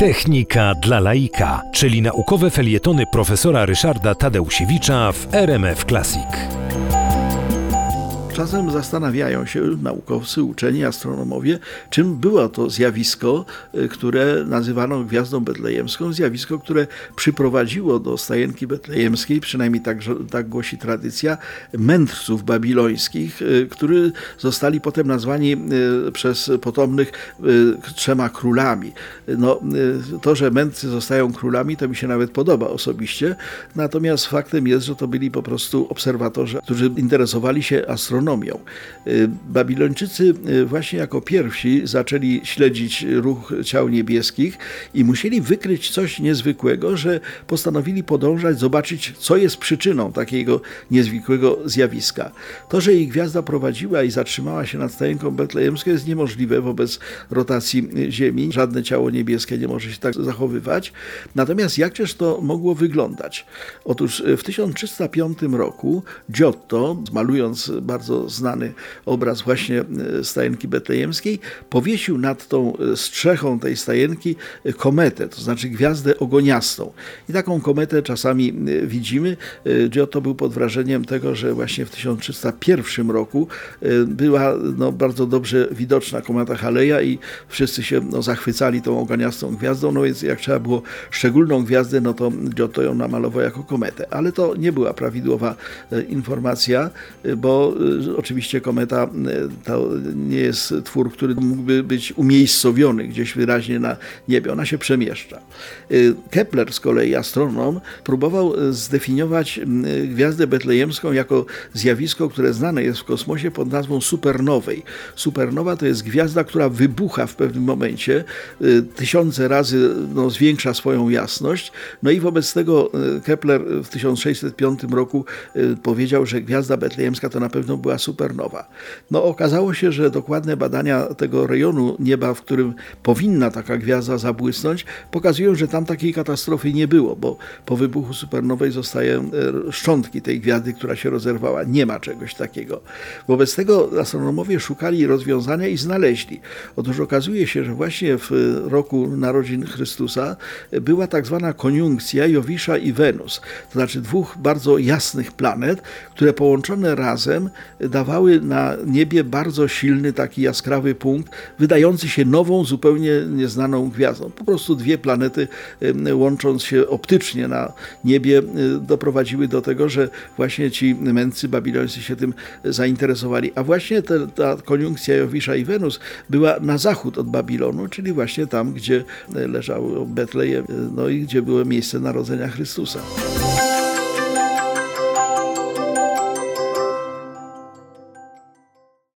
Technika dla laika, czyli naukowe felietony profesora Ryszarda Tadeusiewicza w RMF Classic. Czasem zastanawiają się naukowcy, uczeni, astronomowie, czym było to zjawisko, które nazywano Gwiazdą Betlejemską, zjawisko, które przyprowadziło do stajenki betlejemskiej, przynajmniej tak głosi tradycja, mędrców babilońskich, którzy zostali potem nazwani przez potomnych trzema królami. To, że mędrcy zostają królami, to mi się nawet podoba osobiście, natomiast faktem jest, że to byli po prostu obserwatorzy, którzy interesowali się astronomią. Babilończycy właśnie jako pierwsi zaczęli śledzić ruch ciał niebieskich i musieli wykryć coś niezwykłego, że postanowili podążać, zobaczyć, co jest przyczyną takiego niezwykłego zjawiska. To, że ich gwiazda prowadziła i zatrzymała się nad stajenką betlejemską, jest niemożliwe wobec rotacji Ziemi. Żadne ciało niebieskie nie może się tak zachowywać. Natomiast jakżeż to mogło wyglądać? Otóż w 1305 roku Giotto, malując bardzo znany obraz właśnie stajenki betlejemskiej, powiesił nad tą strzechą tej stajenki kometę, to znaczy gwiazdę ogoniastą. I taką kometę czasami widzimy. Giotto był pod wrażeniem tego, że właśnie w 1301 roku była bardzo dobrze widoczna kometa Haleja i wszyscy się zachwycali tą ogoniastą gwiazdą, więc jak trzeba było szczególną gwiazdę, to Giotto ją namalował jako kometę. Ale to nie była prawidłowa informacja, bo oczywiście kometa to nie jest twór, który mógłby być umiejscowiony gdzieś wyraźnie na niebie. Ona się przemieszcza. Kepler z kolei, astronom, próbował zdefiniować gwiazdę betlejemską jako zjawisko, które znane jest w kosmosie pod nazwą supernowej. Supernowa to jest gwiazda, która wybucha w pewnym momencie, tysiące razy zwiększa swoją jasność. I wobec tego Kepler w 1605 roku powiedział, że gwiazda betlejemska to na pewno była supernowa. Okazało się, że dokładne badania tego rejonu nieba, w którym powinna taka gwiazda zabłysnąć, pokazują, że tam takiej katastrofy nie było, bo po wybuchu supernowej zostają szczątki tej gwiazdy, która się rozerwała. Nie ma czegoś takiego. Wobec tego astronomowie szukali rozwiązania i znaleźli. Otóż okazuje się, że właśnie w roku narodzin Chrystusa była tak zwana koniunkcja Jowisza i Wenus. To znaczy dwóch bardzo jasnych planet, które połączone razem dawały na niebie bardzo silny, taki jaskrawy punkt, wydający się nową, zupełnie nieznaną gwiazdą. Po prostu dwie planety, łącząc się optycznie na niebie, doprowadziły do tego, że właśnie ci mędrcy babilońscy się tym zainteresowali. A właśnie ta koniunkcja Jowisza i Wenus była na zachód od Babilonu, czyli właśnie tam, gdzie leżał Betlejem, i gdzie było miejsce narodzenia Chrystusa.